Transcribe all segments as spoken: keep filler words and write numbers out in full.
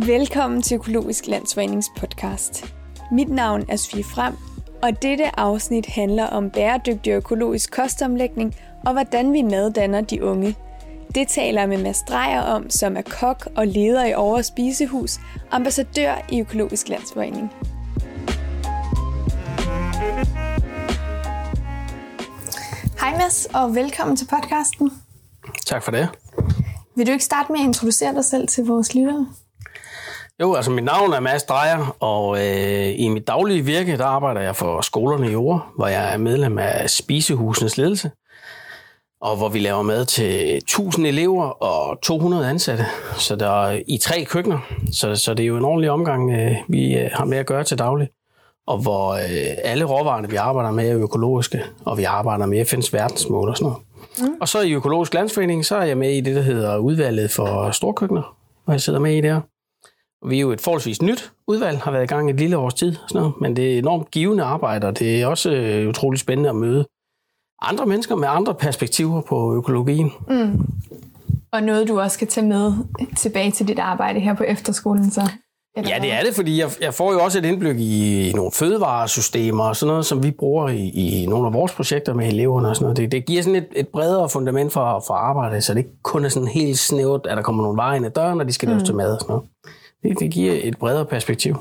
Velkommen til Økologisk Landsforenings podcast. Mit navn er Sofie Frem, og dette afsnit handler om bæredygtig økologisk kostomlægning og hvordan vi maddanner de unge. Det taler jeg med Mads Dreyer om, som er kok og leder i Ovre Spisehus, ambassadør i Økologisk Landsforening. Hej Mads, og velkommen til podcasten. Tak for det. Vil du ikke starte med at introducere dig selv til vores lyttere? Jo, altså mit navn er Mads Dreyer, og øh, i mit daglige virke, der arbejder jeg for skolerne i Ovre, hvor jeg er medlem af Spisehusenes ledelse, og hvor vi laver mad til tusind elever og to hundrede ansatte, så der er i tre køkkener, så, så det er jo en ordentlig omgang, øh, vi øh, har med at gøre til daglig, og hvor øh, alle råvarerne, vi arbejder med, er økologiske, og vi arbejder med F N's verdensmål og sådan noget. Mm. Og så i Økologisk Landsforening, så er jeg med i det, der hedder udvalget for storkøkkener, hvor jeg sidder med i der. Vi er jo et forholdsvis nyt udvalg, har været i gang et lille års tid, sådan noget, men det er enormt givende arbejde, og det er også øh, utroligt spændende at møde andre mennesker med andre perspektiver på økologien. Mm. Og noget, du også skal tage med tilbage til dit arbejde her på efterskolen, så? Ja, det er det, fordi jeg, jeg får jo også et indblik i nogle fødevaresystemer og sådan noget, som vi bruger i, i nogle af vores projekter med eleverne og sådan noget. Det, det giver sådan et, et bredere fundament for, for arbejdet, så det ikke kun er sådan helt snævert, at der kommer nogle veje ind ad døren, når de skal laves mm. til mad og sådan noget. Det, det giver et bredere perspektiv.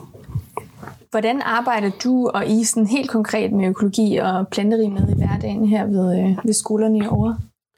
Hvordan arbejder du og I sådan helt konkret med økologi og planterig mad i hverdagen her ved, ved skolerne i Ovre?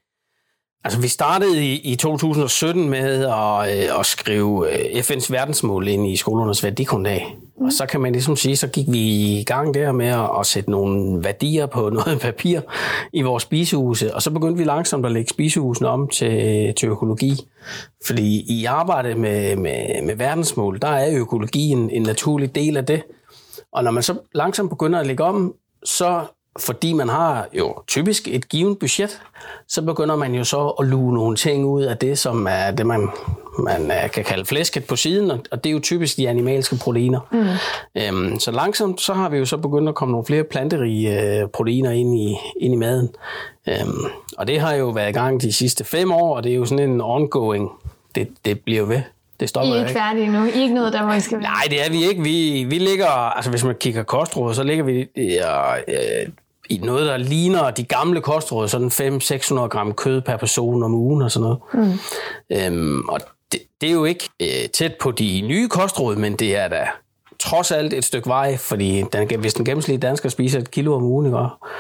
Altså, vi startede i, i to tusind og sytten med at, at skrive F N's verdensmål ind i skolernes værdigrundlag. Mm. Og så kan man ligesom sige, så gik vi i gang der med at, at sætte nogle værdier på noget papir i vores spisehuse. Og så begyndte vi langsomt at lægge spisehusene om til, til økologi. Fordi i arbejdet med, med, med verdensmål, der er økologien en naturlig del af det. Og når man så langsomt begynder at lægge om, så fordi man har jo typisk et givet budget, så begynder man jo så at luge nogle ting ud af det, som er det, man, man kan kalde flæsket på siden, og det er jo typisk de animalske proteiner. Mm. Øhm, så langsomt så har vi jo så begyndt at komme nogle flere planterige øh, proteiner ind i, ind i maden. Øhm, og det har jo været i gang de sidste fem år, og det er jo sådan en ongoing. Det, det bliver ved. Det stopper I er ikke færdige nu? I er ikke noget, der hvor I skal være? Nej, det er vi ikke. Vi, vi ligger, altså hvis man kigger kostråd, så ligger vi øh, øh, i noget, der ligner de gamle kostråd, sådan fem til seks hundrede gram kød per person om ugen og sådan noget. Mm. Øhm, og det, det er jo ikke øh, tæt på de nye kostråd, men det er da trods alt et stykke vej, fordi den, hvis den gennemsnitlige dansker spiser et kilo om ugen, ikke?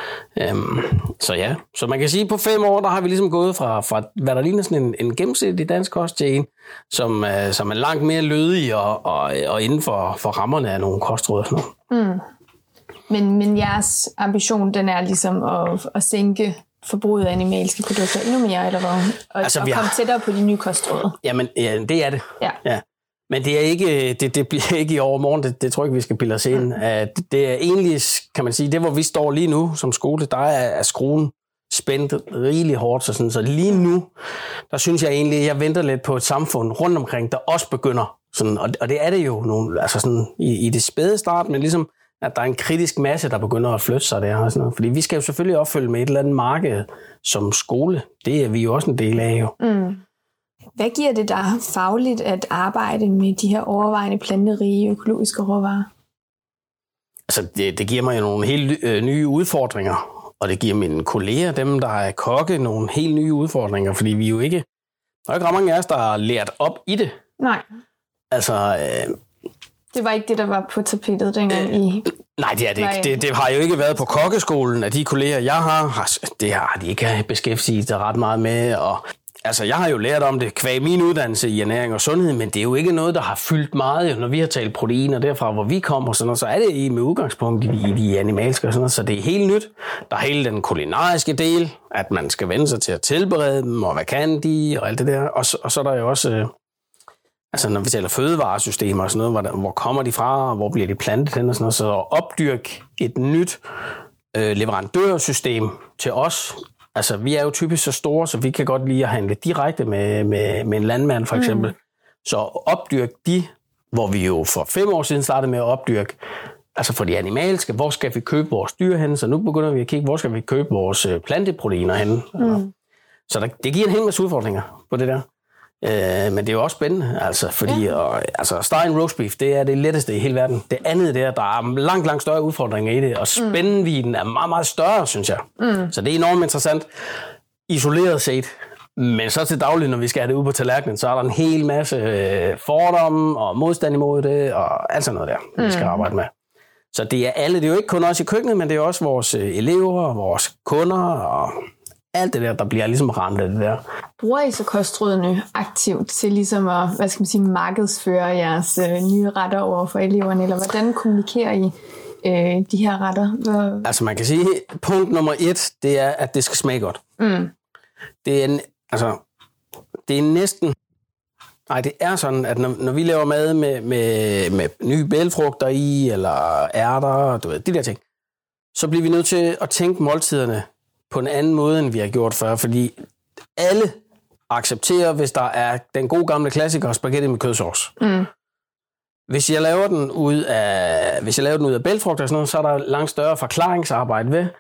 Øhm, så ja, så man kan sige, at på fem år, der har vi ligesom gået fra, fra hvad der ligner sådan en, en gennemsnitlig dansk kost til en, som, øh, som er langt mere lødig og, og, og inden for, for rammerne af nogle kostråd og sådan noget. Mm. Men, men jeres ambition, den er ligesom at, at sænke forbruget af animalske produkter endnu mere, eller hvad? Og, altså, og komme har... tættere på de nye kostråd. Jamen, ja, det er det. Ja. Ja. Men det er ikke, det, det bliver ikke i overmorgen, det, det tror jeg ikke, vi skal bilde os ind. Mm. Det, det er egentlig, kan man sige, det hvor vi står lige nu som skole, der er, er skruen spændt rigeligt hårdt. Så, sådan, så lige nu, der synes jeg egentlig, at jeg venter lidt på et samfund rundt omkring, der også begynder. Sådan, og, og det er det jo nogle, altså sådan, i, i det spæde start, men ligesom, at der er en kritisk masse, der begynder at flytte sig der. Og sådan noget. Fordi vi skal jo selvfølgelig opfølge med et eller andet marked som skole. Det er vi jo også en del af jo. Mm. Hvad giver det dig fagligt at arbejde med de her overvejende planterige økologiske råvarer? Altså, det, det giver mig jo nogle helt øh, nye udfordringer, og det giver mine kolleger, dem der er kokke, nogle helt nye udfordringer, fordi vi jo ikke, der er ikke ret mange af os, der har lært op i det. Nej. Altså... Øh, det var ikke det, der var på tapetet dengang øh, i... Nej, det er det ikke. Det, det har jo ikke været på kokkeskolen, at de kolleger, jeg har, har det har de ikke beskæftiget sig ret meget med, og altså, jeg har jo lært om det kvæg min uddannelse i ernæring og sundhed, men det er jo ikke noget, der har fyldt meget, når vi har talt proteiner derfra, hvor vi kommer, sådan noget, så er det i med udgangspunkt i de, de animalske og sådan noget, så det er helt nyt. Der er hele den kulinariske del, at man skal vende sig til at tilberede dem, og hvad kan de, og alt det der. Og så, og så er der jo også, øh, altså når vi taler fødevaresystemer og sådan noget, hvor, der, hvor kommer de fra, og hvor bliver de plantet hen og sådan noget, så at opdyrke et nyt øh, leverandørsystem til os. Altså, vi er jo typisk så store, så vi kan godt lide at handle direkte med, med, med en landmand, for eksempel. Mm. Så opdyrke de, hvor vi jo for fem år siden startede med at opdyrke, altså for de animalske, hvor skal vi købe vores dyr hen? Så nu begynder vi at kigge, hvor skal vi købe vores planteproteiner hen? Mm. Så der, det giver en hel masse udfordringer på det der. Øh, men det er jo også spændende, altså, fordi ja. og, altså, stege en roast beef, det er det letteste i hele verden. Det andet der, der er langt, langt større udfordringer i det, og spændvidden er meget, meget større, synes jeg. Mm. Så det er enormt interessant, isoleret set. Men så til daglig, når vi skal have det ud på tallerkenen, så er der en hel masse fordomme og modstand imod det, og alt sådan noget der, mm. vi skal arbejde med. Så det er alle, det er jo ikke kun os i køkkenet, men det er også vores elever, vores kunder og alt det der, der bliver ligesom ramt af det der. Bruger I så kostrådene aktivt til ligesom at, hvad skal man sige, markedsføre jeres øh, nye retter over for eleverne, eller hvordan kommunikerer I øh, de her retter? Hvor... Altså man kan sige, punkt nummer et, det er, at det skal smage godt. Mm. Det er en, altså, det er næsten, nej, det er sådan, at når, når vi laver mad med, med, med nye bælfrugter i, eller ærter, du ved, de der ting, så bliver vi nødt til at tænke måltiderne på en anden måde, end vi har gjort før, fordi alle accepterer, hvis der er den gode gamle klassiker, spaghetti med kødsovs. Mm. Hvis jeg laver den ud af, hvis jeg laver den ud af bælfrugter og sådan noget, så er der langt større forklaringsarbejde ved.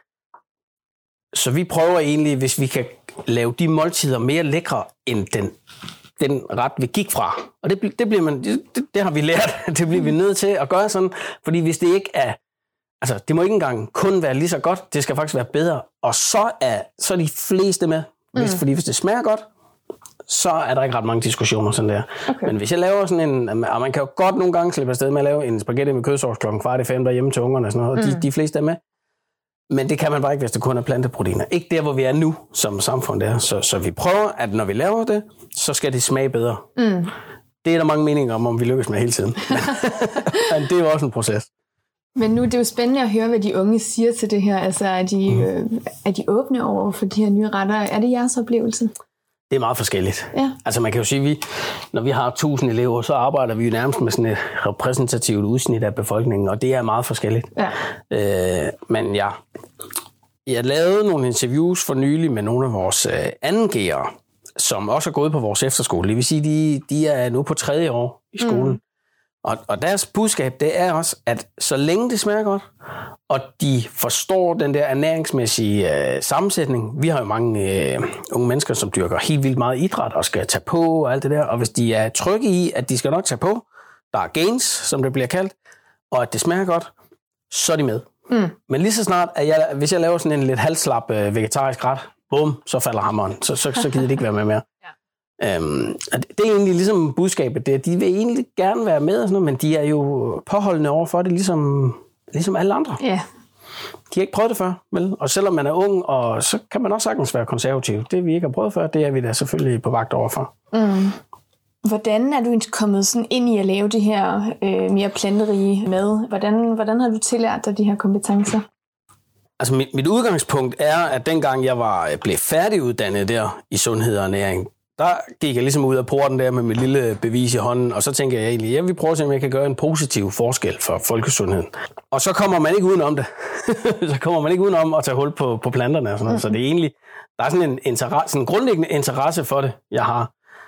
Så vi prøver egentlig, hvis vi kan lave de måltider mere lækre end den, den ret, vi gik fra. Og det, det, bliver man, det, det har vi lært, det bliver vi nødt til at gøre sådan, fordi hvis det ikke er, altså det må ikke engang kun være lige så godt, det skal faktisk være bedre, og så er, så er de fleste med, hvis, mm. fordi hvis det smager godt, så er der ikke ret mange diskussioner sådan der. Okay. Men hvis jeg laver sådan en, og man kan jo godt nogle gange slippe afsted med at lave en spaghetti med kødsovs klokken kvart i fem derhjemme til ungerne og sådan noget, og mm. de, de fleste er med. Men det kan man bare ikke, hvis det kun er planteproteiner. Ikke der, hvor vi er nu som samfund der. Så, så vi prøver, at når vi laver det, så skal det smage bedre. Mm. Det er der mange meninger om, om vi lykkes med hele tiden. Men det er jo også en proces. Men nu er det jo spændende at høre, hvad de unge siger til det her. Altså, er de, mm. øh, er de åbne over for de her nye retter? Er det jeres oplevelse? Det er meget forskelligt. Ja. Altså man kan jo sige, at vi, når vi har tusind elever, så arbejder vi jo nærmest med sådan et repræsentativt udsnit af befolkningen, og det er meget forskelligt. Ja. Øh, men ja, jeg lavede nogle interviews for nylig med nogle af vores øh, anden G'ere, som også er gået på vores efterskole. Det vil sige, de, de er nu på tredje år i skolen. Mm. Og, og deres budskab, det er også, at så længe det smager godt, og de forstår den der ernæringsmæssige øh, sammensætning. Vi har jo mange øh, unge mennesker, som dyrker helt vildt meget idræt og skal tage på og alt det der. Og hvis de er trygge i, at de skal nok tage på, der er gains, som det bliver kaldt, og at det smager godt, så er de med. Mm. Men lige så snart, at jeg, hvis jeg laver sådan en lidt halvslap øh, vegetarisk ret, bum, så falder hammeren. Så, så, så gider de ikke være med mere. Ja. Øhm, det er egentlig ligesom budskabet. Det, de vil egentlig gerne være med, og sådan noget, men de er jo påholdende over for det, ligesom... Ligesom alle andre. Ja. De har ikke prøvet det før, vel? Og selvom man er ung, og så kan man også sagtens være konservativ. Det vi ikke har prøvet før, det er vi da selvfølgelig på vagt overfor. Mm. Hvordan er du kommet sådan ind i at lave det her øh, mere planterige mad? Hvordan, hvordan har du tillært dig de her kompetencer? Altså mit, mit udgangspunkt er, at dengang jeg var blev færdiguddannet der i sundhed og ernæring, der gik jeg ligesom ud af porten der med mit lille bevis i hånden, og så tænker jeg egentlig, jeg vil prøve at se, om jeg kan gøre en positiv forskel for folkesundheden. Og så kommer man ikke udenom det. så kommer man ikke udenom at tage hul på, på planterne og sådan noget. Så det er egentlig, der er sådan en, interesse, sådan en grundlæggende interesse for det, jeg har.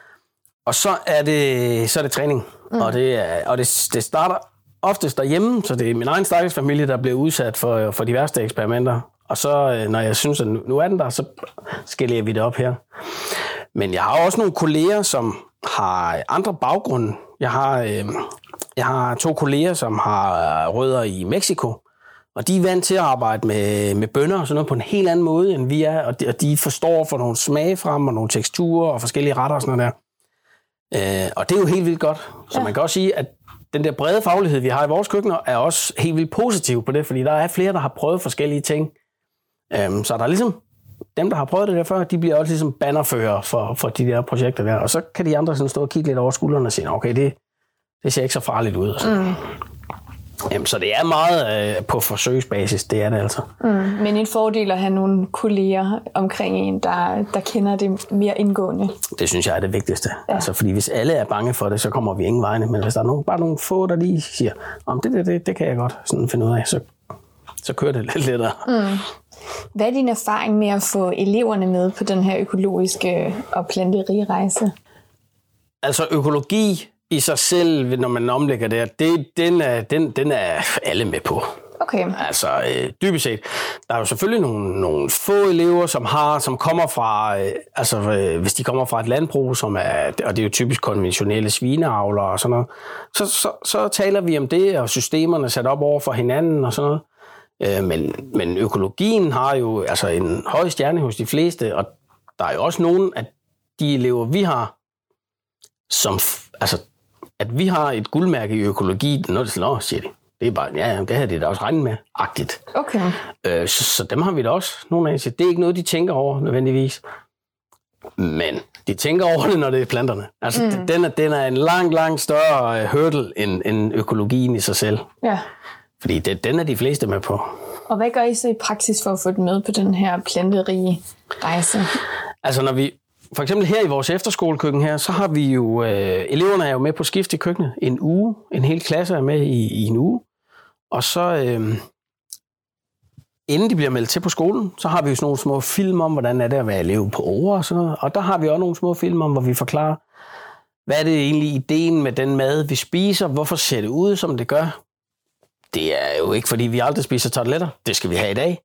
Og så er det, så er det træning. Mm. Og, det, er, og det, det starter oftest derhjemme, så det er min egen stakkels familie, der bliver udsat for, for de værste eksperimenter. Og så, når jeg synes, at nu er den der, så skiller vi det op her. Men jeg har også nogle kolleger, som har andre baggrunde. Jeg har, øh, jeg har to kolleger, som har rødder i Mexico, og de er vant til at arbejde med, med bønner og sådan noget på en helt anden måde, end vi er, og de, og de forstår for nogle smage frem og nogle teksturer og forskellige retter og sådan noget der. Øh, og det er jo helt vildt godt. Så ja. Man kan også sige, at den der brede faglighed, vi har i vores køkkener, er også helt vildt positiv på det, fordi der er flere, der har prøvet forskellige ting. Øh, så der er ligesom dem, der har prøvet det der før, de bliver også ligesom bannerfører for, for de der projekter der. Og så kan de andre sådan stå og kigge lidt over skuldrene og sige, okay, det, det ser ikke så farligt ud. Altså. Mm. Jamen, så det er meget øh, på forsøgsbasis, det er det altså. Mm. Men en fordel at have nogle kolleger omkring en, der, der kender det mere indgående. Det synes jeg er det vigtigste. Ja. Altså, fordi hvis alle er bange for det, så kommer vi ingen vegne. Men hvis der er nogen, bare nogle få, der lige siger, om det, det, det, det kan jeg godt sådan finde ud af, så, så kører det lidt lettere. Mm. Hvad er din erfaring med at få eleverne med på den her økologiske og planterige rejse? Altså økologi i sig selv, når man omlægger det, det den, er, den, den er alle med på. Okay. Altså øh, dybest set. Der er jo selvfølgelig nogle, nogle få elever, som har, som kommer fra, øh, altså øh, hvis de kommer fra et landbrug, som er, og det er jo typisk konventionelle svineavlere og sådan noget, så, så, så taler vi om det, og systemerne sat op over for hinanden og sådan noget. Øh, men, men økologien har jo altså en høj stjerne hos de fleste, og der er jo også nogle af de elever, vi har, som, altså, at vi har et guldmærke i økologi, det er noget, der siger, siger de. Det er bare, ja, det havde de da også regnet med, agtigt. Okay. Øh, så, så dem har vi da også, nogle af. Så det er ikke noget, de tænker over, nødvendigvis. Men de tænker over det, når det er planterne. Altså, mm. den, er, den er en lang, lang større hurdle end, end økologien i sig selv. Ja. Fordi det, den er de fleste med på. Og hvad gør I så i praksis for at få dem med på den her planterige rejse? Altså, når vi... For eksempel her i vores efterskolekøkken her, så har vi jo... Øh, eleverne er jo med på skift i køkkenet en uge. En hel klasse er med i, i en uge. Og så... Øh, inden de bliver meldt til på skolen, så har vi jo sådan nogle små film om, hvordan er det at være elev på ord og sådan noget. Og der har vi også nogle små film om, hvor vi forklarer, hvad er det egentlig ideen med den mad, vi spiser? Hvorfor ser det ud, som det gør? Det er jo ikke, fordi vi aldrig spiser tarteletter. Det skal vi have i dag.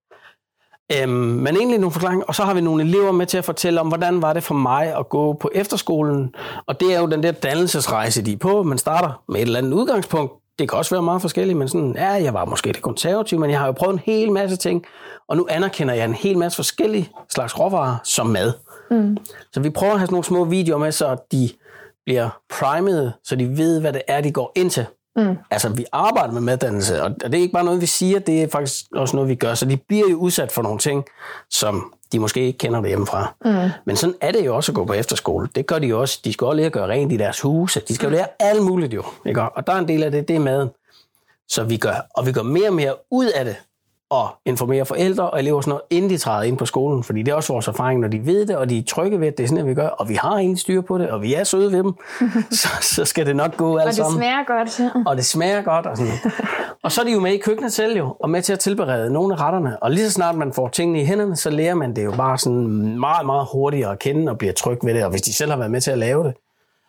Øhm, men egentlig nogle forklaringer. Og så har vi nogle elever med til at fortælle om, hvordan var det for mig at gå på efterskolen. Og det er jo den der dannelsesrejse, de er på. Man starter med et eller andet udgangspunkt. Det kan også være meget forskelligt, men sådan, ja, jeg var måske det konservative, men jeg har jo prøvet en hel masse ting. Og nu anerkender jeg en hel masse forskellige slags råvarer som mad. Mm. Så vi prøver at have sådan nogle små videoer med, så de bliver primet, så de ved, hvad det er, de går ind til. Mm. Altså, vi arbejder med maddannelse, og det er ikke bare noget, vi siger, det er faktisk også noget, vi gør. Så de bliver jo udsat for nogle ting, som de måske ikke kender det hjemmefra. Mm. Men sådan er det jo også at gå på efterskole. Det gør de jo også. De skal også lære at gøre rent i deres huse. De skal jo lære alt muligt jo. Ikke? Og der er en del af det, det er maden. Så vi gør, og vi gør mere og mere ud af det, og informere forældre og elever sådan noget, inden de træder ind på skolen. Fordi det er også vores erfaring, når de ved det, og de er trygge ved, at det er sådan, at vi gør. Og vi har egentlig styr på det, og vi er søde ved dem. så, så skal det nok gå alt sammen. Og det smager godt. Ja. Og det smager godt. Og, sådan. Og så er de jo med i køkkenet selv jo, og med til at tilberede nogle af retterne. Og lige så snart man får tingene i hænderne, så lærer man det jo bare sådan meget, meget hurtigere at kende og bliver tryg ved det. Og hvis de selv har været med til at lave det,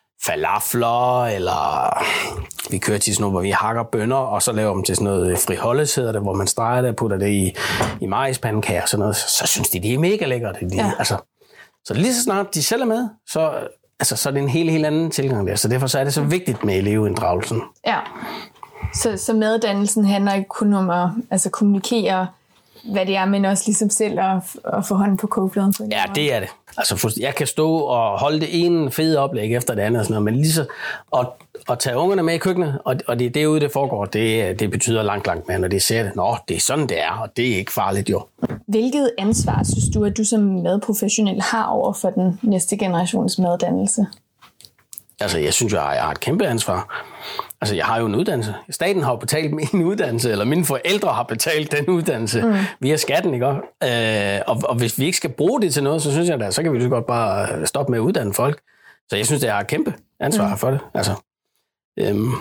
falafler, eller vi kører til sådan noget, hvor vi hakker bønner, og så laver dem til sådan noget friholdes, hedder det, hvor man streger det og putter det i, i majspandekager og sådan noget, så synes de, det er mega lækkert. De, ja. altså, så lige så snart de selv er med, så, altså, så er det en helt, helt anden tilgang der. Så derfor så er det så vigtigt med elevinddragelsen. Ja, så, så maddannelsen handler ikke kun om at altså, kommunikere, hvad det er, men også ligesom selv at, at få hånden på kogepladen. Ja, det er det. Altså, jeg kan stå og holde det ene fede oplæg efter det andet, og sådan noget, men lige så at, at tage ungerne med i køkkenet, og, og det er derude, det foregår, det, det betyder langt, langt mere, når de ser det. Nå, det er sådan, det er, og det er ikke farligt, jo. Hvilket ansvar synes du, at du som madprofessionel har over for den næste generations maddannelse? Altså, jeg synes, jeg har, jeg har et kæmpe ansvar. Altså, jeg har jo en uddannelse. Staten har jo betalt min uddannelse, eller mine forældre har betalt den uddannelse mm. via skatten, ikke? Øh, og, og hvis vi ikke skal bruge det til noget, så synes jeg da, så kan vi lige godt bare stoppe med at uddanne folk. Så jeg synes, det er et kæmpe ansvar mm. for det. Altså, øhm.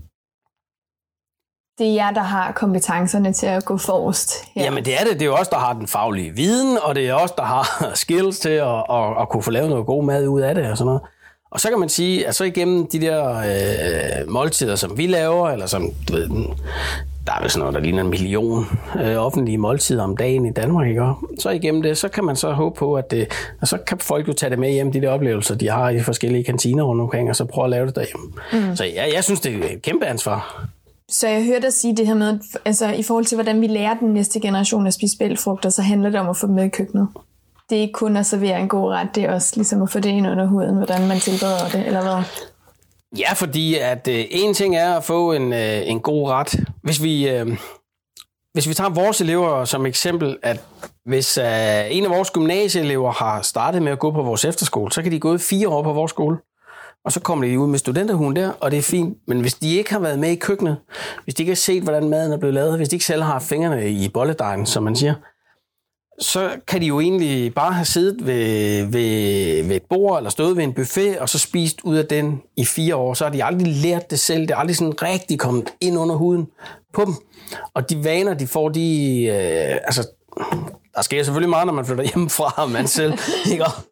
Det er jer, der har kompetencerne til at gå forrest. Ja. Jamen, det er det. Det er jo også der har den faglige viden, og det er også der har skills til at, at, at kunne få lavet noget god mad ud af det og sådan noget. Og så kan man sige, at så igennem de der øh, måltider, som vi laver, eller som, du ved, der er vel sådan noget, der ligner en million øh, offentlige måltider om dagen i Danmark, ikke? Så igennem det, så kan man så håbe på, at det, og så kan folk jo tage det med hjem, de der oplevelser, de har i forskellige kantiner rundt omkring, og så prøve at lave det derhjemme. Mm. Så ja, jeg synes, det er et kæmpe ansvar. Så jeg hørte dig sige det her med, altså i forhold til, hvordan vi lærer den næste generation at spise bælgfrugter, så handler det om at få dem med i køkkenet. Det er ikke kun at servere en god ret, det er også ligesom at få det ind under huden, hvordan man tilbereder det, eller hvad? Ja, fordi at øh, en ting er at få en, øh, en god ret. Hvis vi, øh, hvis vi tager vores elever som eksempel, at hvis øh, en af vores gymnasieelever har startet med at gå på vores efterskole, så kan de gå fire år på vores skole, og så kommer de ud med studenterhuen der, og det er fint. Men hvis de ikke har været med i køkkenet, hvis de ikke har set, hvordan maden er blevet lavet, hvis de ikke selv har fingrene i bolledejen, som man siger, så kan de jo egentlig bare have siddet ved, ved, ved et bord eller stået ved en buffet, og så spist ud af den i fire år. Så har de aldrig lært det selv. Det er aldrig sådan rigtig kommet ind under huden på dem. Og de vaner, de får, de... Øh, altså, der sker selvfølgelig meget, når man flytter hjemmefra, og man selv... Ikke?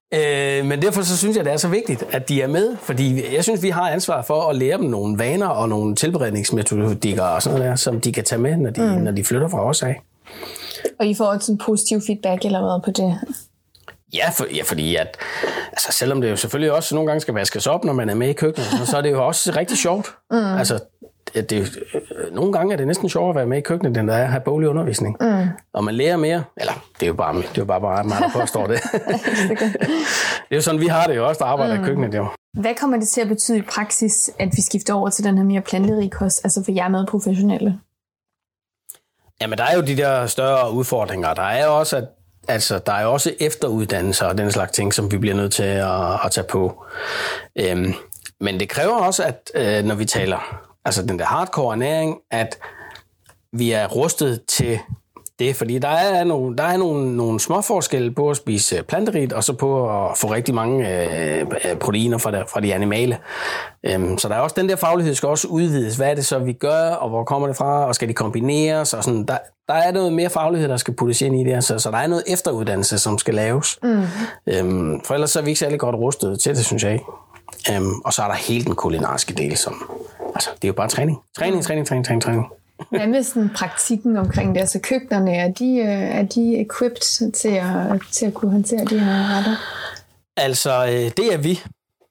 Øh, men derfor så synes jeg, det er så vigtigt, at de er med, fordi jeg synes, vi har ansvar for at lære dem nogle vaner og nogle tilberedningsmetodikker og sådan noget der, som de kan tage med, når de, mm. når de flytter fra os af. Og I får også en positiv feedback eller hvad på det? Ja, for, ja, fordi at, altså, selvom det jo selvfølgelig også nogle gange skal vaskes op, når man er med i køkkenet, så er det jo også rigtig sjovt. Mm. Altså, det, det, nogle gange er det næsten sjovt at være med i køkkenet, end der er at have boglig undervisning. Mm. Og man lærer mere, eller det er jo bare, det er jo bare, bare mig, der påstår det. Det er jo sådan, vi har det jo også, der arbejder mm. i køkkenet. Jo. Hvad kommer det til at betyde i praksis, at vi skifter over til den her mere planterige kost, altså for jer med professionelle? Jamen, der er jo de der større udfordringer. Der er jo også, at, altså, der er jo også efteruddannelser og den slags ting, som vi bliver nødt til at, at tage på. Øhm, men det kræver også, at øh, når vi taler altså den der hardcore ernæring, at vi er rustet til det, fordi der er nogle, der er nogle, nogle små forskelle på at spise planterigt, og så på at få rigtig mange øh, proteiner fra, der, fra de animale. Øhm, så der er også den der faglighed, skal også udvides. Hvad er det så, vi gør, og hvor kommer det fra, og skal de kombineres? Og sådan. Der, der er noget mere faglighed, der skal puttes ind i det, så, så der er noget efteruddannelse, som skal laves. Mm. Øhm, for ellers så er vi ikke særlig godt rustet til det, synes jeg ikke. Øhm, og så er der hele den kulinariske del, som altså, det er jo bare træning. Træning, træning, træning, træning, træning. Hvad med sådan praktikken omkring det? Altså køkkenerne, er de, er de equipped til at, til at kunne håndtere de her retter? Altså, det er vi.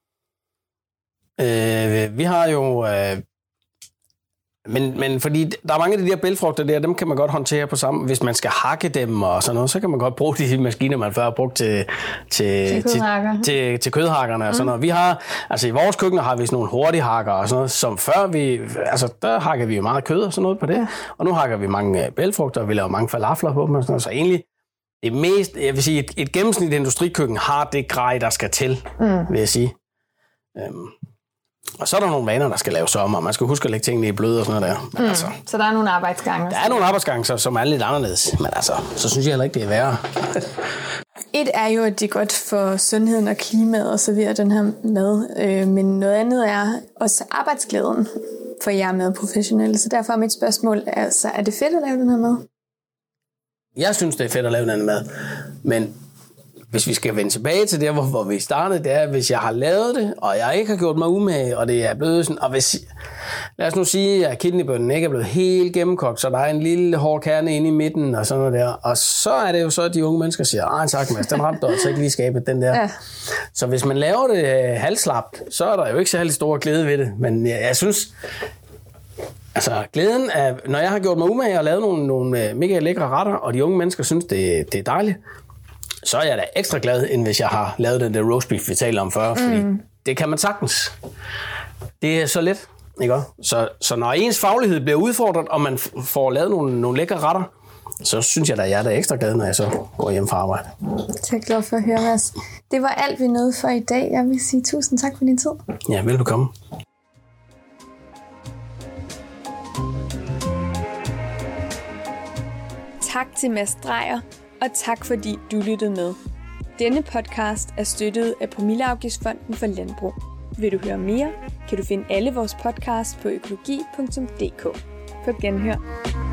Øh, vi har jo... Øh, men, men fordi der er mange af de der bælgfrugter der, dem kan man godt håndtere på samme. Hvis man skal hakke dem og sådan noget, så kan man godt bruge de maskiner, man før har brugt til, til, til, til, til, til kødhakkerne og sådan noget. Mm. Vi har, altså i vores køkkener har vi sådan nogle hurtige hakker og sådan noget, som før vi, altså der hakker vi jo meget kød og sådan noget på det. Ja. Og nu hakker vi mange bælgfrugter, og vi laver mange falafler på dem og sådan noget. Så egentlig, det mest, jeg vil sige, et, et gennemsnitligt industrikøkken har det grej, der skal til, mm. vil jeg sige. Øhm. Og så er der nogle vaner, der skal laves om, og man skal huske at lægge tingene i blød og sådan noget der. Men mm. altså, så der er nogle arbejdsgange? Der er nogle arbejdsgange, som er lidt anderledes. Men altså, så synes jeg heller ikke, det er værre. Et er jo, at det er godt for sundheden og klimaet og så videre, den her mad. Øh, men noget andet er også arbejdsglæden for jer med professionelle. Så derfor er mit spørgsmål, altså, er det fedt at lave den her mad? Jeg synes, det er fedt at lave den her mad. Men hvis vi skal vende tilbage til det, hvor, hvor vi startede, det er, hvis jeg har lavet det, og jeg ikke har gjort mig umage, og det er blevet sådan, og hvis, lad os nu sige, at kidneybønnen ikke er blevet helt gennemkogt, så der er en lille hård kerne inde i midten, og sådan noget der, og så er det jo så, at de unge mennesker siger, ej tak Mads, den ramte du altså ikke lige skabet, den der. Ja. Så hvis man laver det halvslapt, så er der jo ikke særlig stor glæde ved det, men jeg, jeg synes, altså glæden af, når jeg har gjort mig umage og lavet nogle, nogle mega lækre retter, og de unge mennesker synes, det, det er dejligt, så er jeg da ekstra glad, end hvis jeg har lavet den der roast beef, vi talte om før, fordi mm. det kan man sagtens. Det er så let, ikke? Så, så når ens faglighed bliver udfordret, og man får lavet nogle, nogle lækre retter, så synes jeg da, jeg er da ekstra glad, når jeg så går hjem fra arbejde. Det er jeg glad for at høre, Mads. Det var alt, vi nåede for i dag. Jeg vil sige tusind tak for din tid. Ja, velbekomme. Tak til Mads Dreyer, og tak fordi du lyttede med. Denne podcast er støttet af Promilleafgiftsfonden for Landbrug. Vil du høre mere, kan du finde alle vores podcasts på økologi punktum d k. På genhør.